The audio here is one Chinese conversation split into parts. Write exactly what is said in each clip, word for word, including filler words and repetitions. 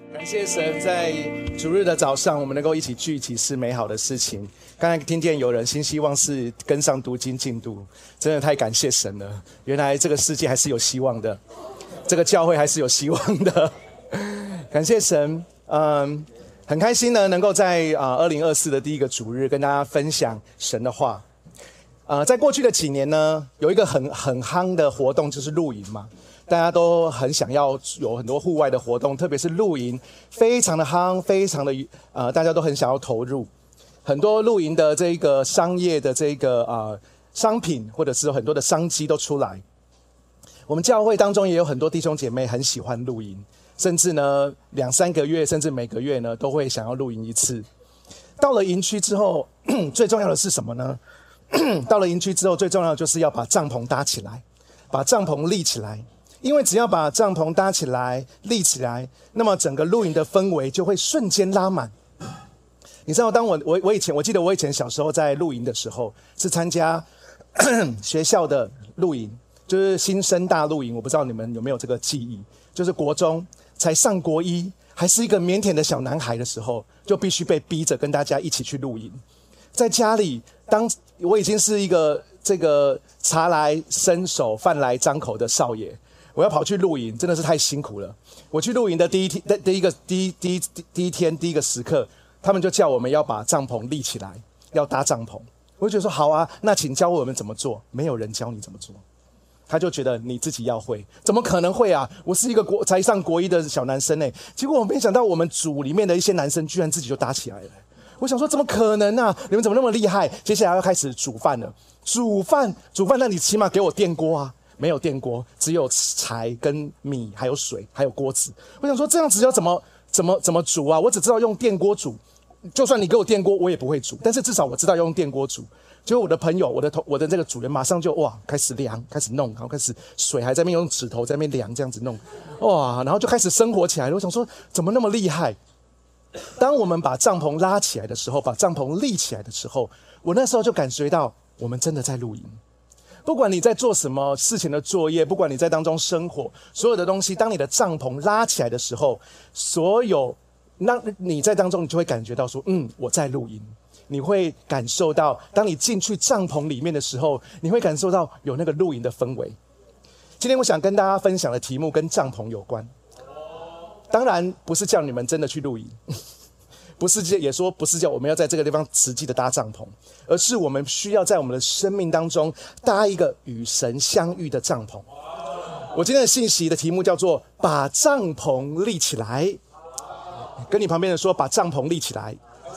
感谢神，在主日的早上，我们能够一起聚集是美好的事情。刚才听见有人新希望是跟上读经进度，真的太感谢神了。原来这个世界还是有希望的，这个教会还是有希望的。感谢神，嗯，很开心呢，能够在啊二零二四的第一个主日跟大家分享神的话。呃，在过去的几年呢，有一个很很夯的活动就是露营嘛。大家都很想要有很多户外的活动，特别是露营，非常的夯，非常的呃，大家都很想要投入。很多露营的这个商业的这个呃商品，或者是很多的商机都出来。我们教会当中也有很多弟兄姐妹很喜欢露营，甚至呢两三个月，甚至每个月呢都会想要露营一次。到了营区之后，最重要的是什么呢？到了营区之后，最重要的就是要把帐篷搭起来，把帐篷立起来。因为只要把帐篷搭起来、立起来，那么整个露营的氛围就会瞬间拉满。你知道，当我我我以前我记得我以前小时候在露营的时候，是参加学校的露营，就是新生大露营。我不知道你们有没有这个记忆，就是国中才上国一，还是一个腼腆的小男孩的时候，就必须被逼着跟大家一起去露营。在家里，当我已经是一个这个茶来伸手、饭来张口的少爷。我要跑去露营，真的是太辛苦了。我去露营的第一天，第一个第一第一第一天第一个时刻，他们就叫我们要把帐篷立起来，要搭帐篷。我就觉得说好啊，那请教我们怎么做。没有人教你怎么做，他就觉得你自己要会，怎么可能会啊？我是一个国才上国一的小男生哎，结果我没想到我们组里面的一些男生居然自己就搭起来了。我想说怎么可能啊？你们怎么那么厉害？接下来要开始煮饭了，煮饭煮饭，那你起码给我电锅啊。没有电锅，只有柴跟米，还有水，还有锅子。我想说这样子要怎么怎么怎么煮啊？我只知道用电锅煮，就算你给我电锅，我也不会煮。但是至少我知道要用电锅煮。结果我的朋友，我的同我的这个主人马上就哇开始量，开始弄，然后开始水还在那边用指头在那边量，这样子弄，哇，然后就开始生活起来了。我想说怎么那么厉害？当我们把帐篷拉起来的时候，把帐篷立起来的时候，我那时候就感觉到我们真的在露营。不管你在做什么事情的作业，不管你在当中生活，所有的东西，当你的帐篷拉起来的时候，所有那你在当中，你就会感觉到说，嗯，我在露营。你会感受到，当你进去帐篷里面的时候，你会感受到有那个露营的氛围。今天我想跟大家分享的题目跟帐篷有关，当然不是叫你们真的去露营。不是也说不是叫我们要在这个地方实际的搭帐篷，而是我们需要在我们的生命当中搭一个与神相遇的帐篷。我今天的信息的题目叫做把帐篷立起来，跟你旁边人说把帐篷立起来。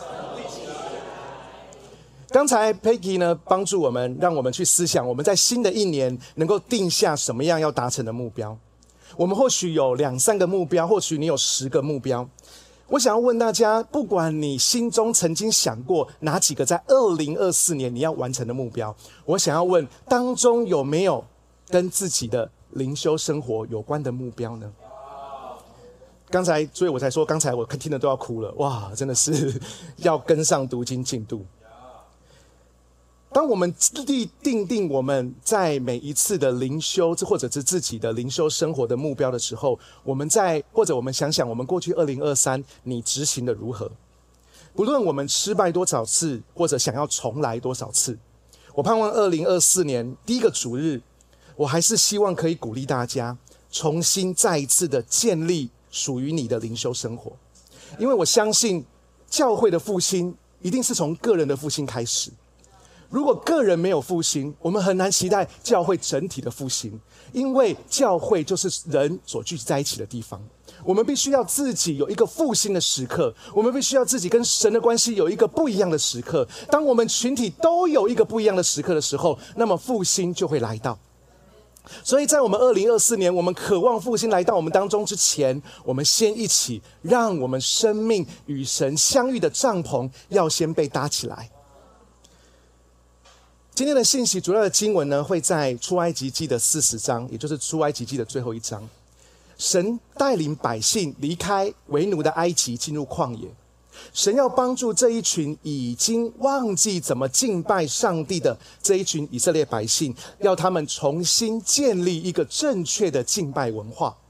刚才 Peggy 呢帮助我们，让我们去思想我们在新的一年能够定下什么样要达成的目标。我们或许有两三个目标，或许你有十个目标。我想要问大家，不管你心中曾经想过哪几个在二零二四年你要完成的目标，我想要问当中有没有跟自己的灵修生活有关的目标呢？刚才所以我才说刚才我听的都要哭了，哇，真的是要跟上读经进度。当我们立定定我们在每一次的灵修或者是自己的灵修生活的目标的时候，我们在或者我们想想我们过去二零二三你执行的如何，不论我们失败多少次或者想要重来多少次，我盼望二零二四年第一个主日，我还是希望可以鼓励大家重新再一次的建立属于你的灵修生活。因为我相信教会的复兴一定是从个人的复兴开始，如果个人没有复兴，我们很难期待教会整体的复兴，因为教会就是人所聚集在一起的地方。我们必须要自己有一个复兴的时刻，我们必须要自己跟神的关系有一个不一样的时刻。当我们群体都有一个不一样的时刻的时候，那么复兴就会来到。所以在我们二零二四年，我们渴望复兴来到我们当中之前，我们先一起让我们生命与神相遇的帐篷要先被搭起来。今天的信息主要的经文呢，会在出埃及记的四十章，也就是出埃及记的最后一章。神带领百姓离开为奴的埃及，进入旷野。神要帮助这一群已经忘记怎么敬拜上帝的这一群以色列百姓，要他们重新建立一个正确的敬拜文化。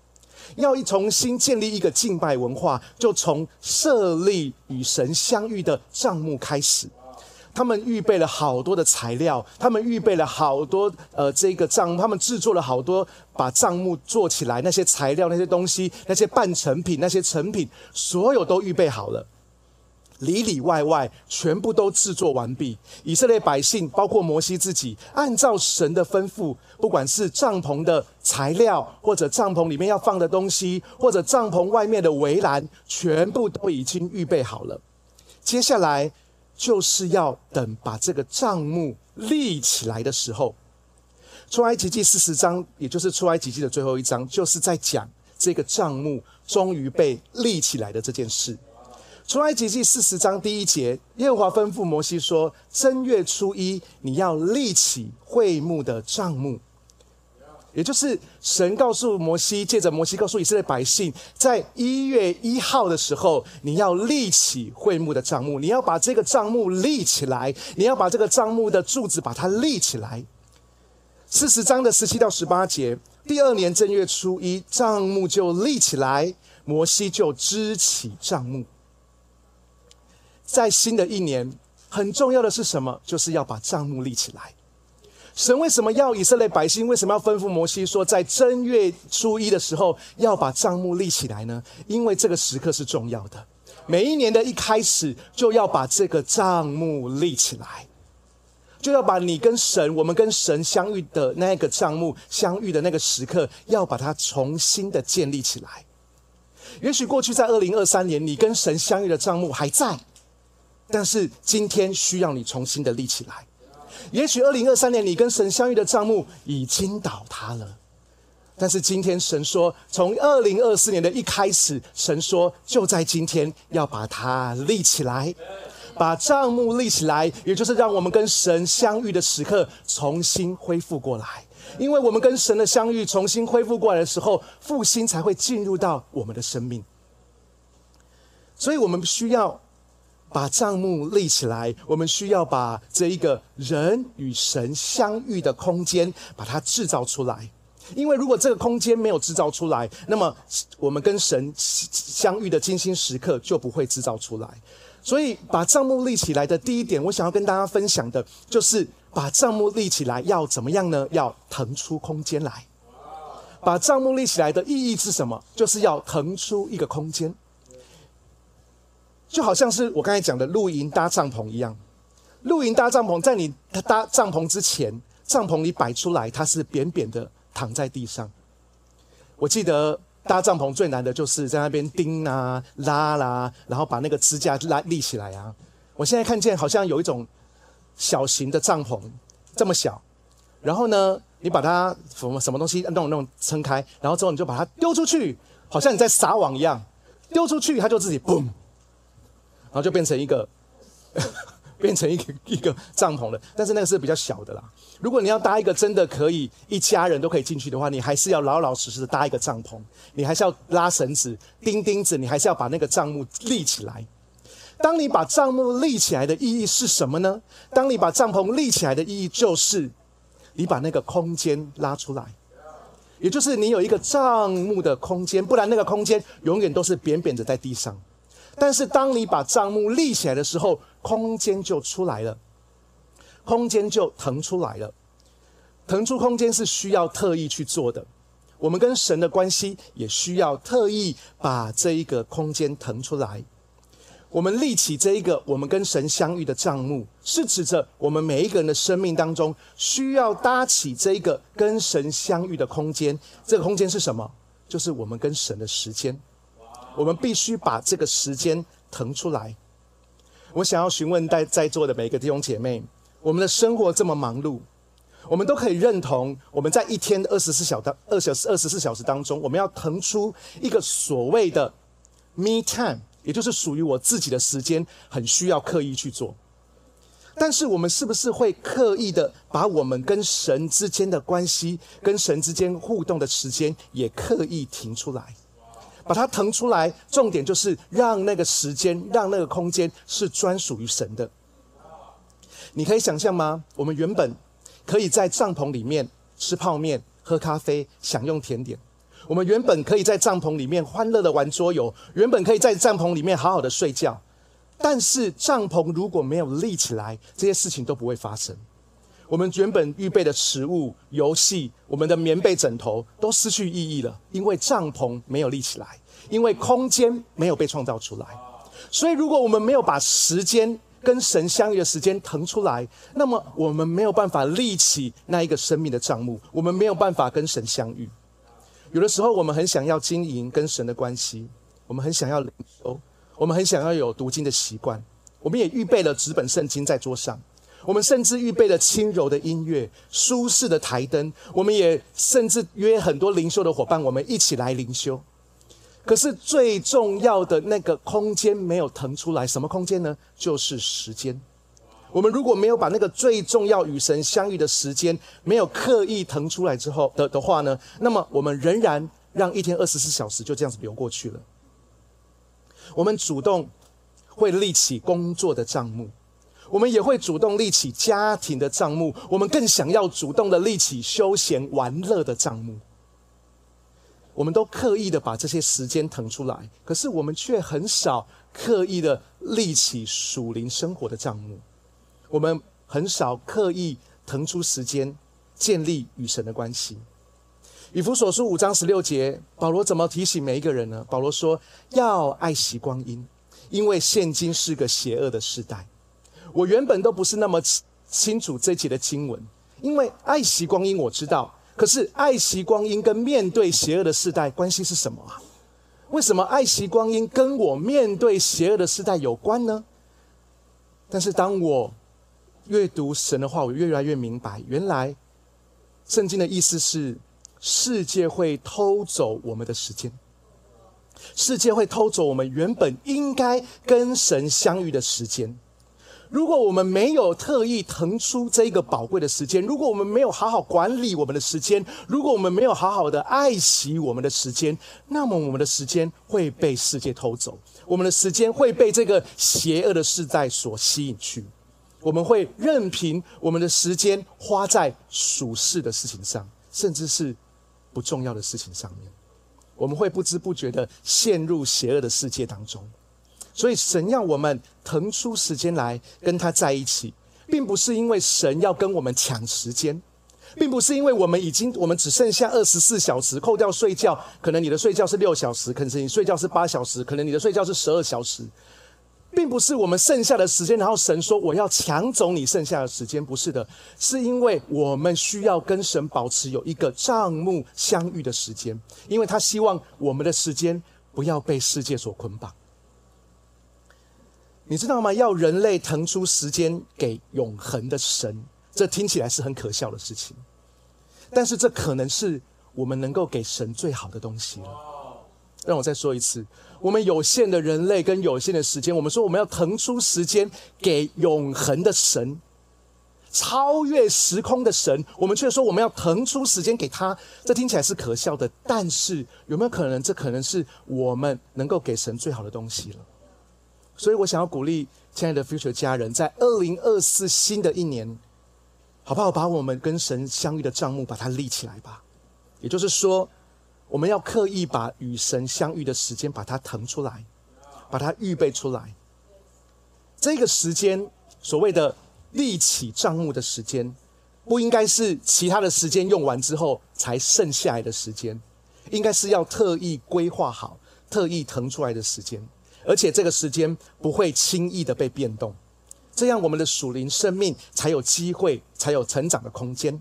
要重新建立一个敬拜文化，就从设立与神相遇的帐幕开始。他们预备了好多的材料，他们预备了好多呃这个帐幕，他们制作了好多把帐幕做起来，那些材料、那些东西、那些半成品、那些成品，所有都预备好了，里里外外全部都制作完毕。以色列百姓，包括摩西自己，按照神的吩咐，不管是帐篷的材料，或者帐篷里面要放的东西，或者帐篷外面的围栏，全部都已经预备好了。接下来就是要等把这个帐幕立起来的时候。出埃及记四十章，也就是出埃及记的最后一章，就是在讲这个帐幕终于被立起来的这件事。出埃及记四十章第一节，耶和华吩咐摩西说：正月初一，你要立起会幕的帐幕。也就是神告诉摩西，借着摩西告诉以色列百姓，在一月一号的时候，你要立起会幕的帐幕，你要把这个帐幕立起来，你要把这个帐幕的柱子把它立起来。四十章的十七到十八节，第二年正月初一，帐幕就立起来，摩西就支起帐幕。在新的一年，很重要的是什么？就是要把帐幕立起来。神为什么要以色列百姓，为什么要吩咐摩西说，在正月初一的时候要把帐幕立起来呢？因为这个时刻是重要的，每一年的一开始就要把这个帐幕立起来，就要把你跟神，我们跟神相遇的那个帐幕相遇的那个时刻，要把它重新的建立起来。也许过去在二零二三年，你跟神相遇的帐幕还在，但是今天需要你重新的立起来。也许二零二三年你跟神相遇的帐幕已经倒塌了，但是今天神说，从二零二四年的一开始，神说就在今天要把它立起来，把帐幕立起来，也就是让我们跟神相遇的时刻重新恢复过来。因为我们跟神的相遇重新恢复过来的时候，复兴才会进入到我们的生命。所以我们需要把帐幕立起来，我们需要把这一个人与神相遇的空间把它制造出来。因为如果这个空间没有制造出来，那么我们跟神相遇的精心时刻就不会制造出来。所以把帐幕立起来的第一点，我想要跟大家分享的就是把帐幕立起来要怎么样呢？要腾出空间来。把帐幕立起来的意义是什么？就是要腾出一个空间。就好像是我刚才讲的露营搭帐篷一样，露营搭帐篷，在你搭帐篷之前，帐篷你摆出来，它是扁扁的躺在地上。我记得搭帐篷最难的就是在那边钉啊、拉啦，然后把那个支架拉立起来啊。我现在看见好像有一种小型的帐篷，这么小，然后呢，你把它什么什么东西弄弄撑开，然后之后你就把它丢出去，好像你在撒网一样，丢出去它就自己嘣。然后就变成一个变成一个一个帐篷了，但是那个是比较小的啦。如果你要搭一个真的可以一家人都可以进去的话，你还是要老老实实的搭一个帐篷，你还是要拉绳子、钉钉子，你还是要把那个帐幕立起来。当你把帐幕立起来的意义是什么呢？当你把帐篷立起来的意义就是你把那个空间拉出来，也就是你有一个帐幕的空间，不然那个空间永远都是扁扁的在地上。但是当你把帐幕立起来的时候，空间就出来了，空间就腾出来了。腾出空间是需要特意去做的，我们跟神的关系也需要特意把这一个空间腾出来。我们立起这一个我们跟神相遇的帐幕，是指着我们每一个人的生命当中需要搭起这一个跟神相遇的空间。这个空间是什么？就是我们跟神的时间。我们必须把这个时间腾出来。我想要询问在在座的每一个弟兄姐妹，我们的生活这么忙碌，我们都可以认同，我们在一天的二十四小时二小时二十四小时当中，我们要腾出一个所谓的 me time， 也就是属于我自己的时间，很需要刻意去做。但是我们是不是会刻意的把我们跟神之间的关系、跟神之间互动的时间也刻意停出来？把它腾出来，重点就是让那个时间，让那个空间是专属于神的。你可以想象吗？我们原本可以在帐篷里面吃泡面、喝咖啡、享用甜点。 我们原本可以在帐篷里面欢乐的玩桌游，原本可以在帐篷里面好好的睡觉，但是帐篷如果没有立起来，这些事情都不会发生。我们原本预备的食物、游戏、我们的棉被、枕头都失去意义了，因为帐篷没有立起来，因为空间没有被创造出来。所以如果我们没有把时间跟神相遇的时间腾出来，那么我们没有办法立起那一个生命的帐幕，我们没有办法跟神相遇。有的时候我们很想要经营跟神的关系，我们很想要灵修，我们很想要有读经的习惯，我们也预备了纸本圣经在桌上，我们甚至预备了轻柔的音乐、舒适的台灯，我们也甚至约很多灵修的伙伴，我们一起来灵修。可是最重要的那个空间没有腾出来，什么空间呢？就是时间。我们如果没有把那个最重要与神相遇的时间没有刻意腾出来之后 的, 的话呢，那么我们仍然让一天二十四小时就这样子流过去了。我们主动会立起工作的账目，我们也会主动立起家庭的账目，我们更想要主动的立起休闲玩乐的账目。我们都刻意的把这些时间腾出来，可是我们却很少刻意的立起属灵生活的账目。我们很少刻意腾出时间建立与神的关系。以弗所书五章十六节，保罗怎么提醒每一个人呢？保罗说，要爱惜光阴，因为现今是个邪恶的时代。我原本都不是那么清楚这一节的经文，因为爱惜光阴我知道，可是爱惜光阴跟面对邪恶的世代关系是什么啊？为什么爱惜光阴跟我面对邪恶的世代有关呢？但是当我阅读神的话，我越来越明白，原来圣经的意思是，世界会偷走我们的时间，世界会偷走我们原本应该跟神相遇的时间。如果我们没有特意腾出这个宝贵的时间，如果我们没有好好管理我们的时间，如果我们没有好好的爱惜我们的时间，那么我们的时间会被世界偷走，我们的时间会被这个邪恶的世代所吸引去，我们会任凭我们的时间花在属世的事情上，甚至是不重要的事情上面，我们会不知不觉的陷入邪恶的世界当中。所以神要我们腾出时间来跟他在一起，并不是因为神要跟我们抢时间，并不是因为我们已经我们只剩下二十四小时，扣掉睡觉，可能你的睡觉是六小时，可能你睡觉是八小时，可能你的睡觉是十二小时，并不是我们剩下的时间，然后神说我要抢走你剩下的时间，不是的，是因为我们需要跟神保持有一个帐幕相遇的时间，因为他希望我们的时间不要被世界所捆绑。你知道吗？要人类腾出时间给永恒的神，这听起来是很可笑的事情，但是这可能是我们能够给神最好的东西了。让我再说一次，我们有限的人类跟有限的时间，我们说我们要腾出时间给永恒的神，超越时空的神，我们却说我们要腾出时间给他，这听起来是可笑的，但是有没有可能这可能是我们能够给神最好的东西了？所以我想要鼓励亲爱的 Future 家人，在二零二四新的一年，好不好把我们跟神相遇的帐幕把它立起来吧。也就是说，我们要刻意把与神相遇的时间把它腾出来，把它预备出来。这个时间，所谓的立起帐幕的时间，不应该是其他的时间用完之后才剩下来的时间，应该是要特意规划好、特意腾出来的时间。而且这个时间不会轻易的被变动，这样我们的属灵生命才有机会，才有成长的空间。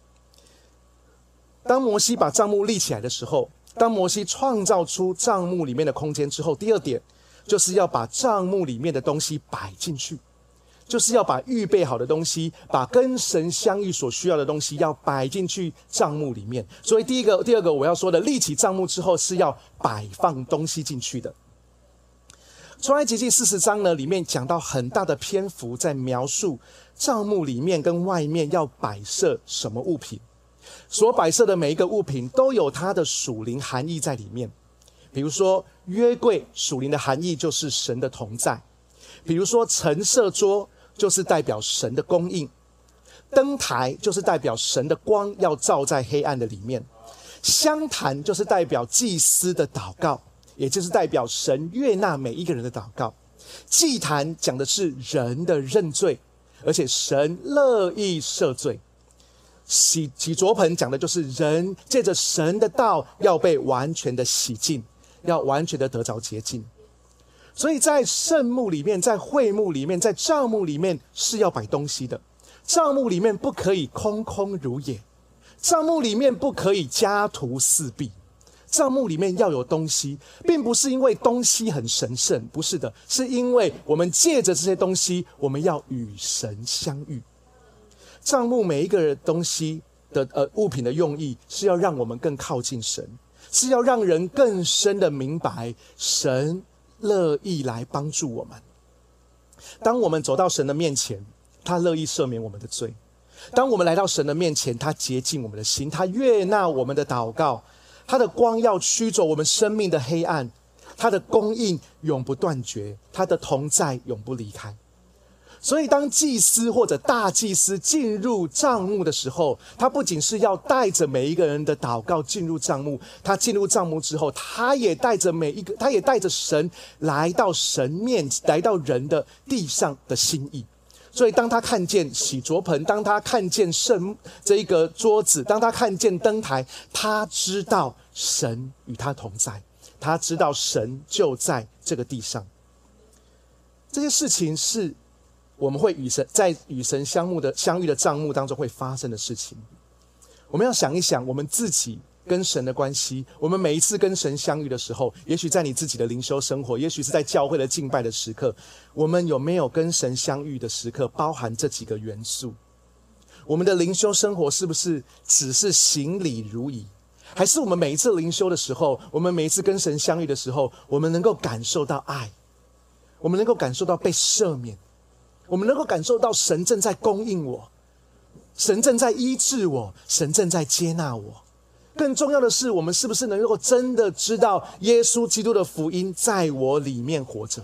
当摩西把帐幕立起来的时候，当摩西创造出帐幕里面的空间之后，第二点就是要把帐幕里面的东西摆进去，就是要把预备好的东西，把跟神相遇所需要的东西要摆进去帐幕里面。所以第一个第二个我要说的，立起帐幕之后是要摆放东西进去的。出埃及记四十章呢，里面讲到很大的篇幅在描述帐幕里面跟外面要摆设什么物品，所摆设的每一个物品都有它的属灵含义在里面。比如说约柜，属灵的含义就是神的同在；比如说陈设桌，就是代表神的供应；灯台就是代表神的光要照在黑暗的里面； 香坛就是代表祭司的祷告，也就是代表神悦纳每一个人的祷告。祭坛讲的是人的认罪，而且神乐意赦罪。洗洗濯盆讲的就是人借着神的道要被完全的洗净，要完全的得着洁净。所以在圣幕里面，在会幕里面，在帐幕里面是要摆东西的。帐幕里面不可以空空如也，帐幕里面不可以家徒四壁，帐幕里面要有东西，并不是因为东西很神圣，不是的，是因为我们借着这些东西，我们要与神相遇。帐幕每一个东西的呃物品的用意，是要让我们更靠近神，是要让人更深的明白神乐意来帮助我们。当我们走到神的面前，他乐意赦免我们的罪；当我们来到神的面前，他洁净我们的心，他悦纳我们的祷告，他的光要驱走我们生命的黑暗，他的供应永不断绝，他的同在永不离开。所以当祭司或者大祭司进入帐幕的时候，他不仅是要带着每一个人的祷告进入帐幕，他进入帐幕之后，他也带着每一个，他也带着神来到神面，来到人的地上的心意。所以当他看见洗濯盆，当他看见圣这一个桌子，当他看见灯台，他知道神与他同在，他知道神就在这个地上。这些事情是我们会与神在与神相慕的相遇的帐幕当中会发生的事情。我们要想一想我们自己跟神的关系，我们每一次跟神相遇的时候，也许在你自己的灵修生活，也许是在教会的敬拜的时刻，我们有没有跟神相遇的时刻包含这几个元素？我们的灵修生活是不是只是行礼如仪，还是我们每一次灵修的时候，我们每一次跟神相遇的时候，我们能够感受到爱，我们能够感受到被赦免，我们能够感受到神正在供应我，神正在医治我，神正在接纳我。更重要的是，我们是不是能够真的知道耶稣基督的福音在我里面活着？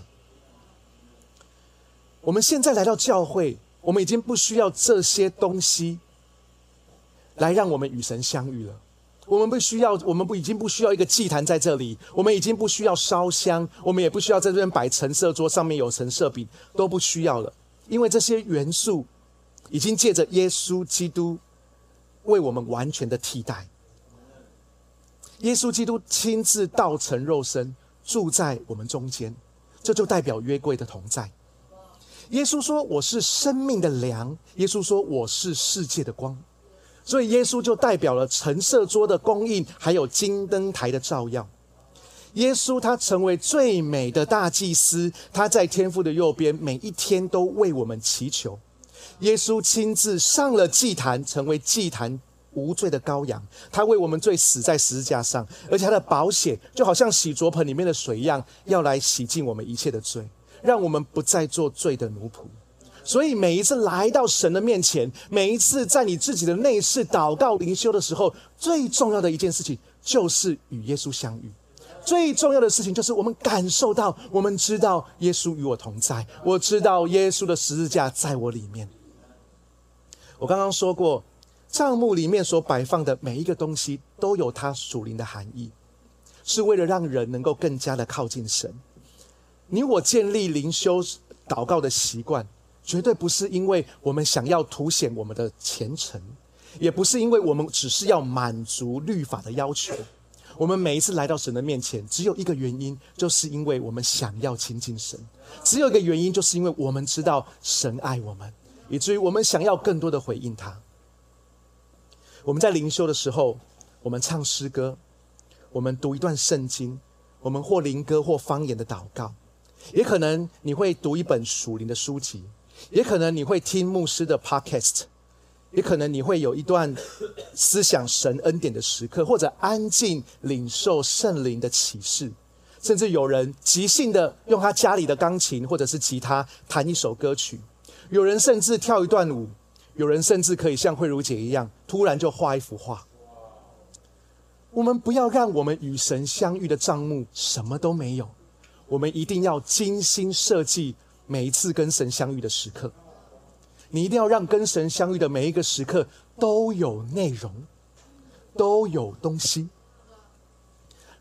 我们现在来到教会，我们已经不需要这些东西来让我们与神相遇了。我们不需要，我们不已经不需要一个祭坛在这里，我们已经不需要烧香，我们也不需要在这边摆陈设桌，上面有陈设饼，都不需要了。因为这些元素已经借着耶稣基督为我们完全的替代。耶稣基督亲自道成肉身，住在我们中间，这就代表约柜的同在。耶稣说我是生命的粮，耶稣说我是世界的光，所以耶稣就代表了陈设桌的供应，还有金灯台的照耀。耶稣他成为最美的大祭司，他在天父的右边，每一天都为我们祈求。耶稣亲自上了祭坛，成为祭坛无罪的羔羊，他为我们罪死在十字架上，而且他的宝血就好像洗濯盆里面的水一样，要来洗净我们一切的罪，让我们不再做罪的奴仆。所以每一次来到神的面前，每一次在你自己的内室祷告灵修的时候，最重要的一件事情就是与耶稣相遇。最重要的事情就是我们感受到，我们知道耶稣与我同在，我知道耶稣的十字架在我里面。我刚刚说过，帐幕里面所摆放的每一个东西都有它属灵的含义，是为了让人能够更加的靠近神。你我建立灵修祷告的习惯，绝对不是因为我们想要凸显我们的虔诚，也不是因为我们只是要满足律法的要求。我们每一次来到神的面前，只有一个原因，就是因为我们想要亲近神。只有一个原因，就是因为我们知道神爱我们，以至于我们想要更多的回应他。我们在灵修的时候，我们唱诗歌，我们读一段圣经，我们或灵歌或方言的祷告，也可能你会读一本属灵的书籍，也可能你会听牧师的 podcast， 也可能你会有一段思想神恩典的时刻，或者安静领受圣灵的启示，甚至有人即兴的用他家里的钢琴或者是吉他弹一首歌曲，有人甚至跳一段舞，有人甚至可以像慧如姐一样突然就画一幅画。我们不要让我们与神相遇的帐幕什么都没有，我们一定要精心设计每一次跟神相遇的时刻。你一定要让跟神相遇的每一个时刻都有内容，都有东西。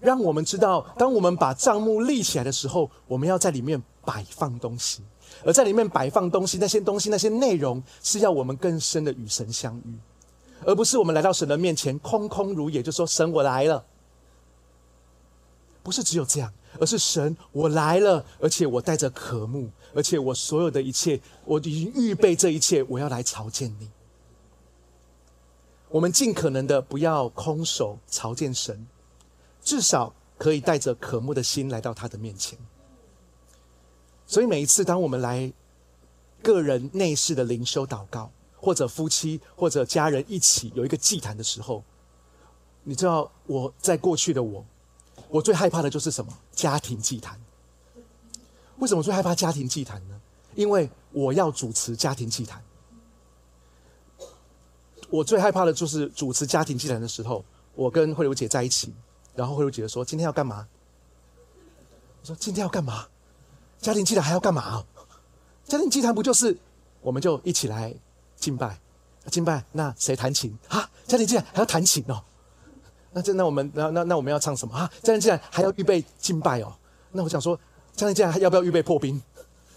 让我们知道，当我们把帐幕立起来的时候，我们要在里面摆放东西，而在里面摆放东西，那些东西那些内容是要我们更深的与神相遇，而不是我们来到神的面前空空如也，就说神我来了。不是只有这样，而是神我来了，而且我带着渴慕，而且我所有的一切，我已经预备这一切，我要来朝见你。我们尽可能的不要空手朝见神，至少可以带着渴慕的心来到他的面前。所以每一次当我们来个人内室的灵修祷告，或者夫妻或者家人一起有一个祭坛的时候，你知道我在过去的我我最害怕的就是什么？家庭祭坛。为什么最害怕家庭祭坛呢？因为我要主持家庭祭坛。我最害怕的就是主持家庭祭坛的时候，我跟慧茹姐在一起，然后慧茹姐说今天要干嘛？我说今天要干嘛？家庭祭坛还要干嘛？家庭祭坛不就是我们就一起来敬拜，敬拜那谁弹琴啊？家庭祭坛还要弹琴哦。那这那我们那那那我们要唱什么啊？家庭祭坛还要预备敬拜哦。那我想说，家庭祭坛还要不要预备破冰？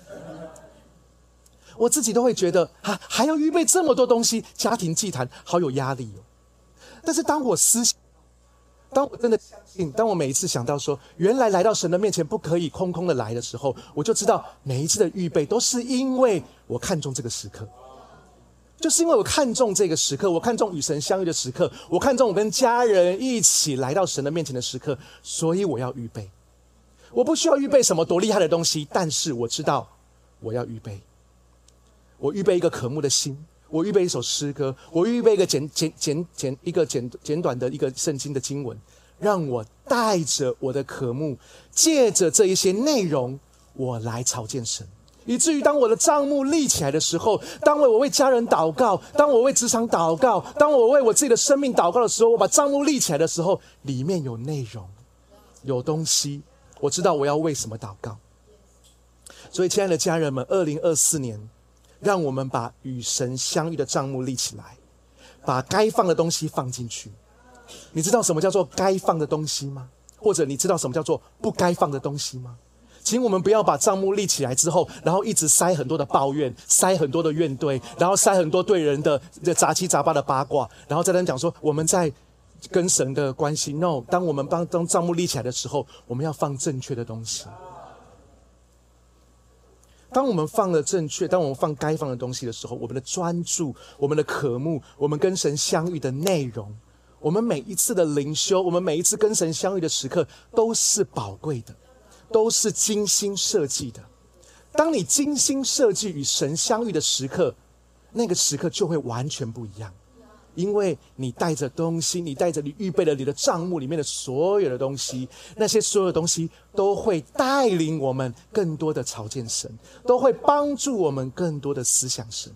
我自己都会觉得啊，还要预备这么多东西，家庭祭坛好有压力哦。但是当我思想，当我真的相信，当我每一次想到说，原来来到神的面前不可以空空的来的时候，我就知道每一次的预备都是因为我看重这个时刻。就是因为我看重这个时刻，我看重与神相遇的时刻，我看重我跟家人一起来到神的面前的时刻，所以我要预备。我不需要预备什么多厉害的东西，但是我知道我要预备。我预备一个渴慕的心，我预备一首诗歌，我预备一个简简简简一个简简短的一个圣经的经文，让我带着我的渴慕，借着这一些内容，我来朝见神。以至于当我的帐幕立起来的时候，当我为家人祷告，当我为职场祷告，当我为我自己的生命祷告的时候，我把帐幕立起来的时候，里面有内容，有东西，我知道我要为什么祷告。所以亲爱的家人们，二零二四年让我们把与神相遇的帐幕立起来，把该放的东西放进去。你知道什么叫做该放的东西吗？或者你知道什么叫做不该放的东西吗？请我们不要把帐幕立起来之后，然后一直塞很多的抱怨，塞很多的怨怼，然后塞很多对人的杂七杂八的八卦，然后在那讲说我们在跟神的关系。No， 当我们帮当帐幕立起来的时候，我们要放正确的东西。当我们放了正确，当我们放该放的东西的时候，我们的专注，我们的渴慕，我们跟神相遇的内容，我们每一次的灵修，我们每一次跟神相遇的时刻，都是宝贵的，都是精心设计的。当你精心设计与神相遇的时刻，那个时刻就会完全不一样。因为你带着东西，你带着你预备了你的帐幕里面的所有的东西，那些所有的东西都会带领我们更多的朝见神，都会帮助我们更多的思想神。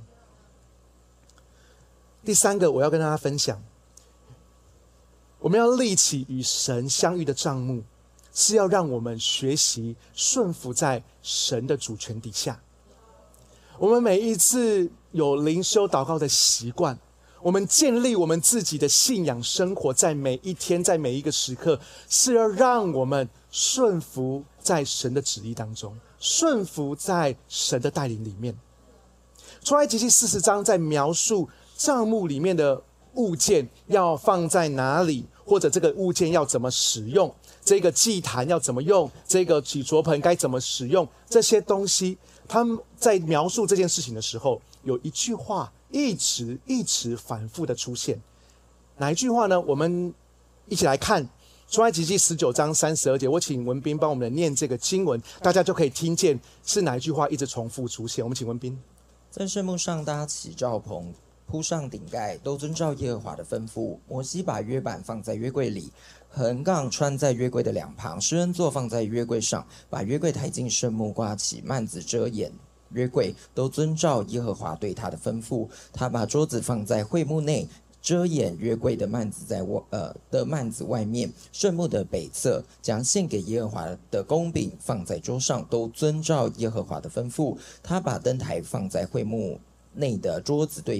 第三个我要跟大家分享，我们要立起与神相遇的帐幕，是要让我们学习顺服在神的主权底下。我们每一次有灵修祷告的习惯，我们建立我们自己的信仰生活，在每一天，在每一个时刻，是要让我们顺服在神的旨意当中，顺服在神的带领里面。出埃及记四十章在描述帐幕里面的物件要放在哪里，或者这个物件要怎么使用，这个祭坛要怎么用，这个洗濯盆该怎么使用，这些东西他们在描述这件事情的时候，有一句话一直一直反复的出现。哪一句话呢？我们一起来看出埃及记十九章三十二节，我请文彬帮我们念这个经文，大家就可以听见是哪一句话一直重复出现。我们请文彬。 在圣幕上搭起罩棚，铺上顶盖，都遵照耶和华的吩咐。摩西把约版放在约柜里，横杠穿在约柜的两旁，施恩座放在约柜上，把约柜抬进圣幕，挂起幔子遮掩约柜，都遵照耶和华对他的吩咐。他把桌子放在会幕内，遮掩约柜的幔子在呃的幔子外面，圣幕的北侧，将献给耶和华的供饼放在桌上，都遵照耶和华的吩咐。他把灯台放在会幕内的桌子对面，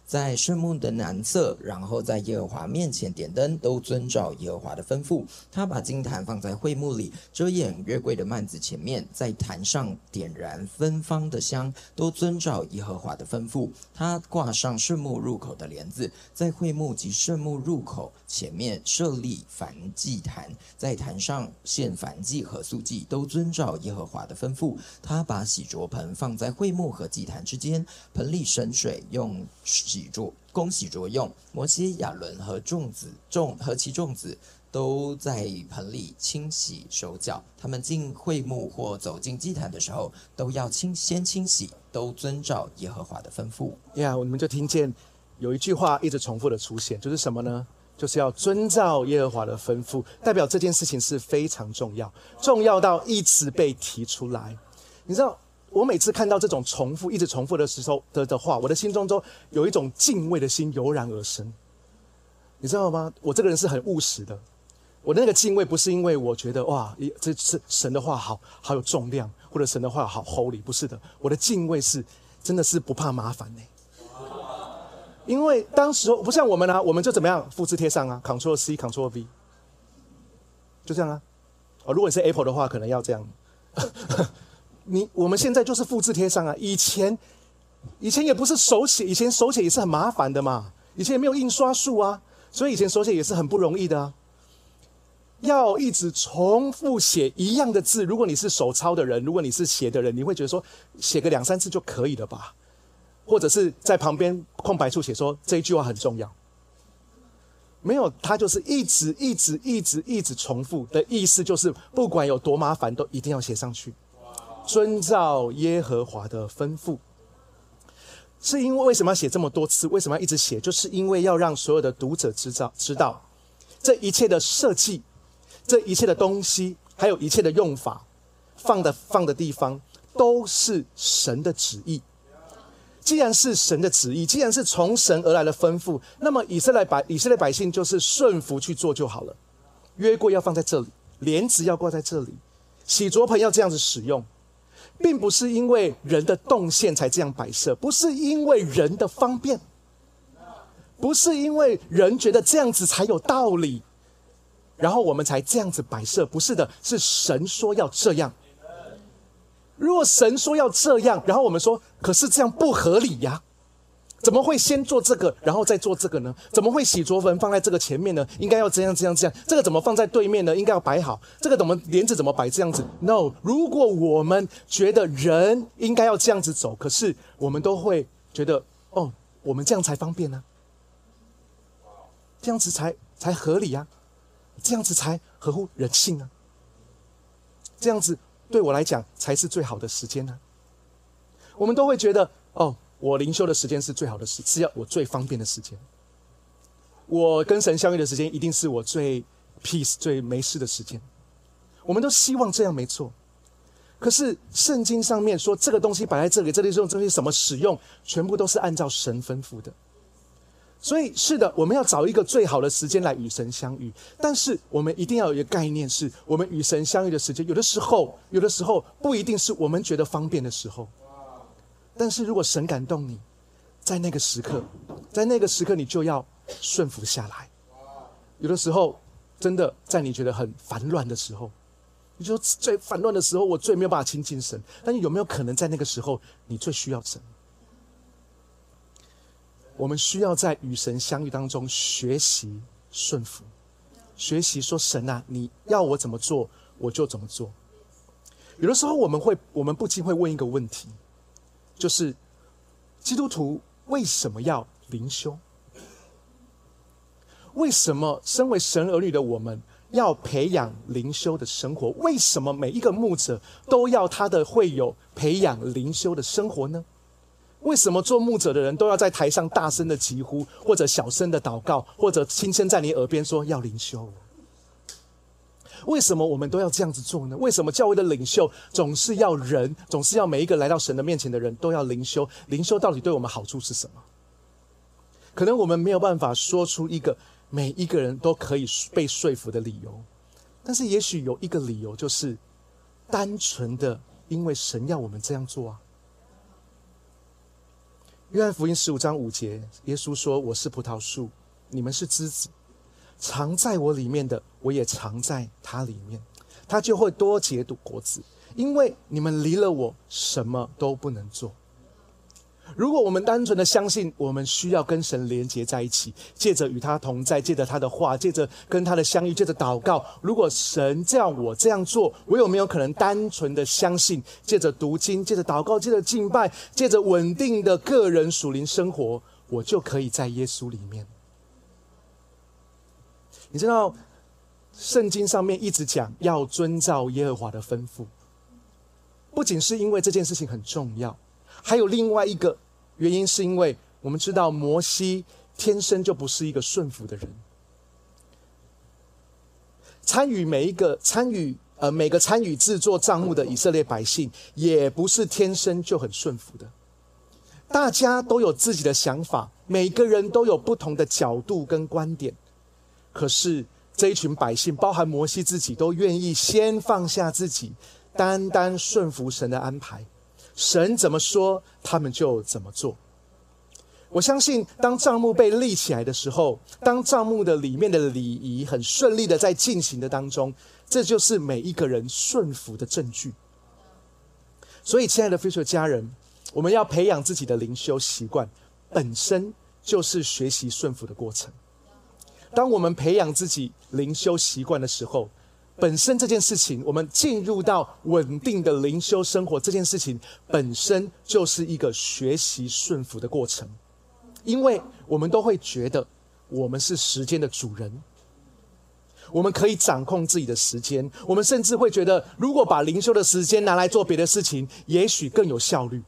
在圣幕的南侧，然后在耶和华面前点灯，都遵照耶和华的吩咐。他把金坛放在会幕里，遮掩约柜的幔子前面，在坛上点燃芬芳的香，都遵照耶和华的吩咐。他挂上圣幕入口的帘子，在会幕及圣幕入口前面设立燔祭坛，在坛上献燔祭和素祭，都遵照耶和华的吩咐。他把洗濯盆放在会幕和祭坛之间，盆里省水，用洗濯供洗濯用。摩西、亚伦和众子众和其众子都在盆里清洗手脚。他们进会幕或走进祭坛的时候，都要清先清洗，都遵照耶和华的吩咐。 呀，我们就听见有一句话一直重复的出现，就是什么呢？就是要遵照耶和华的吩咐，代表这件事情是非常重要，重要到一直被提出来。你知道，我每次看到这种重复、一直重复的时候 的, 的话，我的心中都有一种敬畏的心油然而生。你知道吗？我这个人是很务实的，我的那个敬畏不是因为我觉得哇，这是神的话好好有重量，或者神的话好 holy， 不是的，我的敬畏是真的是不怕麻烦呢。因为当时不像我们啊，我们就怎么样复制贴上啊 ，Ctrl C Ctrl V， 就这样啊。哦，如果你是 Apple 的话，可能要这样。你我们现在就是复制贴上啊。以前以前也不是手写，以前手写也是很麻烦的嘛。以前也没有印刷术啊，所以以前手写也是很不容易的啊。要一直重复写一样的字，如果你是手抄的人，如果你是写的人，你会觉得说写个两三次就可以了吧？或者是在旁边空白处写说这一句话很重要，没有，他就是一直一直一直一直重复的意思，就是不管有多麻烦都一定要写上去，遵照耶和华的吩咐。是因为为什么要写这么多次？为什么要一直写？就是因为要让所有的读者知道，知道这一切的设计，这一切的东西，还有一切的用法，放的放的地方，都是神的旨意。既然是神的旨意，既然是从神而来的吩咐，那么以色列百以色列百姓就是顺服去做就好了。约柜要放在这里，帘子要挂在这里，洗濯盆要这样子使用，并不是因为人的动线才这样摆设，不是因为人的方便，不是因为人觉得这样子才有道理，然后我们才这样子摆设，不是的，是神说要这样。如果神说要这样，然后我们说可是这样不合理呀，怎么会先做这个然后再做这个呢？怎么会洗濯盆放在这个前面呢？应该要这样这样这样，这个怎么放在对面呢？应该要摆好，这个怎么帘子怎么摆这样子？ No， 如果我们觉得人应该要这样子走，可是我们都会觉得哦，我们这样才方便啊，这样子才才合理啊，这样子才合乎人性啊，这样子对我来讲才是最好的时间呢、啊。我们都会觉得哦，我灵修的时间是最好的时，是要我最方便的时间。我跟神相遇的时间一定是我最 peace 最没事的时间。我们都希望这样，没错。可是圣经上面说这个东西摆在这里，这里用这些什么使用，全部都是按照神吩咐的。所以是的，我们要找一个最好的时间来与神相遇，但是我们一定要有一个概念，是我们与神相遇的时间，有的时候有的时候不一定是我们觉得方便的时候，但是如果神感动你，在那个时刻在那个时刻你就要顺服下来。有的时候真的在你觉得很烦乱的时候，你说最烦乱的时候我最没有办法亲近神，但是有没有可能在那个时候你最需要神？我们需要在与神相遇当中学习顺服，学习说神啊，你要我怎么做我就怎么做。有的时候我们会我们不禁会问一个问题，就是基督徒为什么要灵修？为什么身为神儿女的我们要培养灵修的生活？为什么每一个牧者都要他的会友培养灵修的生活呢？为什么做牧者的人都要在台上大声的疾呼，或者小声的祷告，或者轻声在你耳边说要灵修？为什么我们都要这样子做呢？为什么教会的领袖总是要人，总是要每一个来到神的面前的人都要灵修？灵修到底对我们好处是什么？可能我们没有办法说出一个每一个人都可以被说服的理由，但是也许有一个理由，就是单纯的因为神要我们这样做啊。 约翰福音十五章五节，耶稣说：我是葡萄树，你们是枝子，藏在我里面的，我也藏在他里面，他就会多结果子，因为你们离了我什么都不能做。如果我们单纯的相信我们需要跟神连结在一起，借着与他同在，借着他的话，借着跟他的相遇，借着祷告，如果神这样我这样做，我有没有可能单纯的相信，借着读经，借着祷告，借着敬拜，借着稳定的个人属灵生活，我就可以在耶稣里面？你知道圣经上面一直讲要遵照耶和华的吩咐，不仅是因为这件事情很重要，还有另外一个原因，是因为我们知道摩西天生就不是一个顺服的人，参与每一个参与呃每个参与制作帐幕的以色列百姓，也不是天生就很顺服的。大家都有自己的想法，每个人都有不同的角度跟观点，可是这一群百姓，包含摩西自己，都愿意先放下自己，单单顺服神的安排。神怎么说，他们就怎么做。我相信当帐幕被立起来的时候，当帐幕的里面的礼仪很顺利的在进行的当中，这就是每一个人顺服的证据。所以亲爱的 Future 家人，我们要培养自己的灵修习惯，本身就是学习顺服的过程。当我们培养自己灵修习惯的时候，本身这件事情，我们进入到稳定的灵修生活，这件事情本身就是一个学习顺服的过程。因为我们都会觉得我们是时间的主人，我们可以掌控自己的时间，我们甚至会觉得如果把灵修的时间拿来做别的事情，也许更有效率。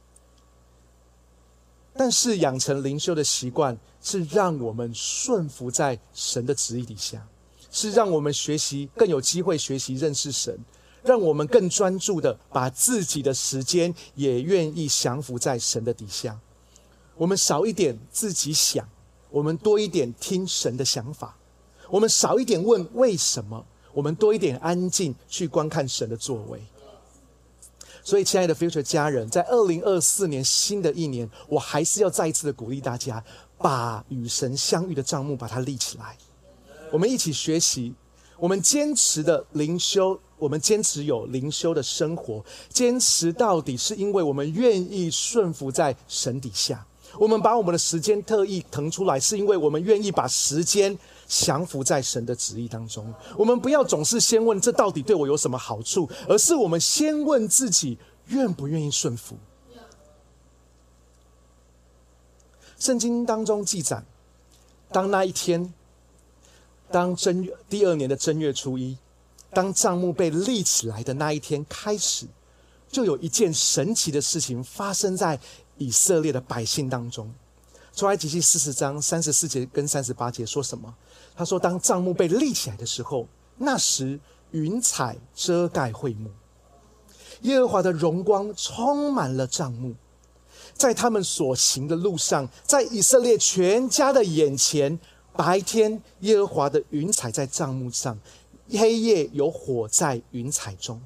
但是养成灵修的习惯，是让我们顺服在神的旨意底下，是让我们学习更有机会学习认识神，让我们更专注的把自己的时间也愿意降服在神的底下。我们少一点自己想，我们多一点听神的想法，我们少一点问为什么，我们多一点安静去观看神的作为。所以亲爱的 Future 家人，在二零二四年新的一年，我还是要再一次的鼓励大家，把与神相遇的帐幕把它立起来。我们一起学习，我们坚持的灵修，我们坚持有灵修的生活，坚持到底是因为我们愿意顺服在神底下。我们把我们的时间特意腾出来，是因为我们愿意把时间降服在神的旨意当中。我们不要总是先问这到底对我有什么好处，而是我们先问自己愿不愿意顺服。圣经当中记载，当那一天，当正月第二年的正月初一，当帐幕被立起来的那一天开始，就有一件神奇的事情发生在以色列的百姓当中。出埃及记四十章三十四节跟三十八节说什么？他说，当帐幕被立起来的时候，那时云彩遮盖会幕，耶和华的荣光充满了帐幕，在他们所行的路上，在以色列全家的眼前，白天耶和华的云彩在帐幕上，黑夜有火在云彩中。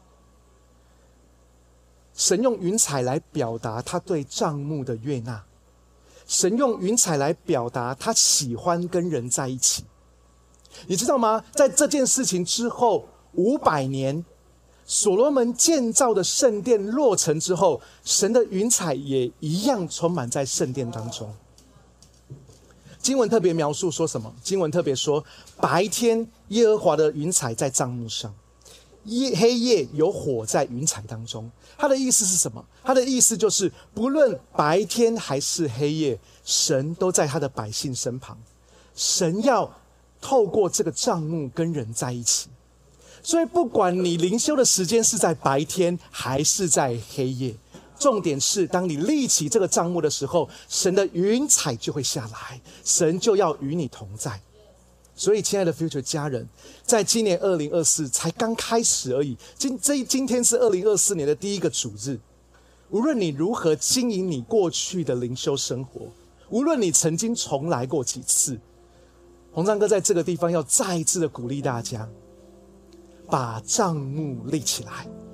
神用云彩来表达他对帐幕的悦纳，神用云彩来表达他喜欢跟人在一起。你知道吗？在这件事情之后五百年，所罗门建造的圣殿落成之后，神的云彩也一样充满在圣殿当中。经文特别描述说什么？经文特别说，白天耶和华的云彩在帐幕上，黑夜有火在云彩当中。他的意思是什么？他的意思就是，不论白天还是黑夜，神都在他的百姓身旁。神要透过这个帐幕跟人在一起。所以不管你灵修的时间是在白天还是在黑夜，重点是当你立起这个帐幕的时候，神的云彩就会下来，神就要与你同在。所以亲爱的 Future 家人，在今年二零二四才刚开始而已，今这今天是二零二四年的第一个主日。无论你如何经营你过去的灵修生活，无论你曾经重来过几次，洪章哥在这个地方要再一次的鼓励大家，把帐幕立起来，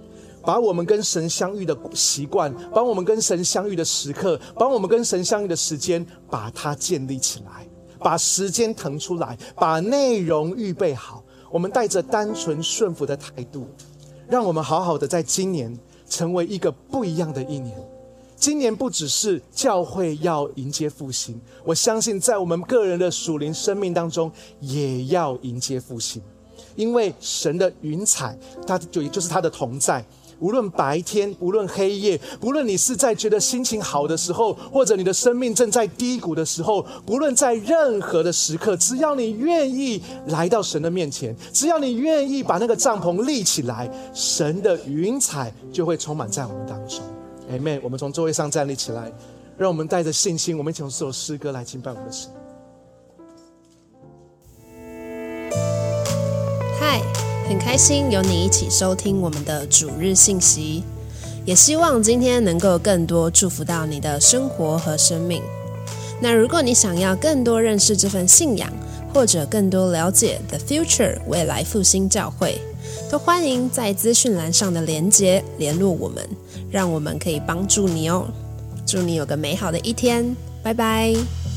把我们跟神相遇的习惯，把我们跟神相遇的时刻，把我们跟神相遇的时间，把它建立起来，把时间腾出来，把内容预备好。我们带着单纯顺服的态度，让我们好好的在今年成为一个不一样的一年。今年不只是教会要迎接复兴，我相信在我们个人的属灵生命当中也要迎接复兴。因为神的云彩，它就也就是他的同在，无论白天，无论黑夜，不论你是在觉得心情好的时候，或者你的生命正在低谷的时候，不论在任何的时刻，只要你愿意来到神的面前，只要你愿意把那个帐篷立起来，神的云彩就会充满在我们当中。 Amen。 我们从座位上站立起来，让我们带着信心，我们一起用这首诗歌来敬拜我们的神。 嗨，很开心有你一起收听我们的主日信息，也希望今天能够更多祝福到你的生活和生命。那如果你想要更多认识这份信仰，或者更多了解 The Future 未来复兴教会，都欢迎在资讯栏上的连结联络我们，让我们可以帮助你哦。祝你有个美好的一天，拜拜。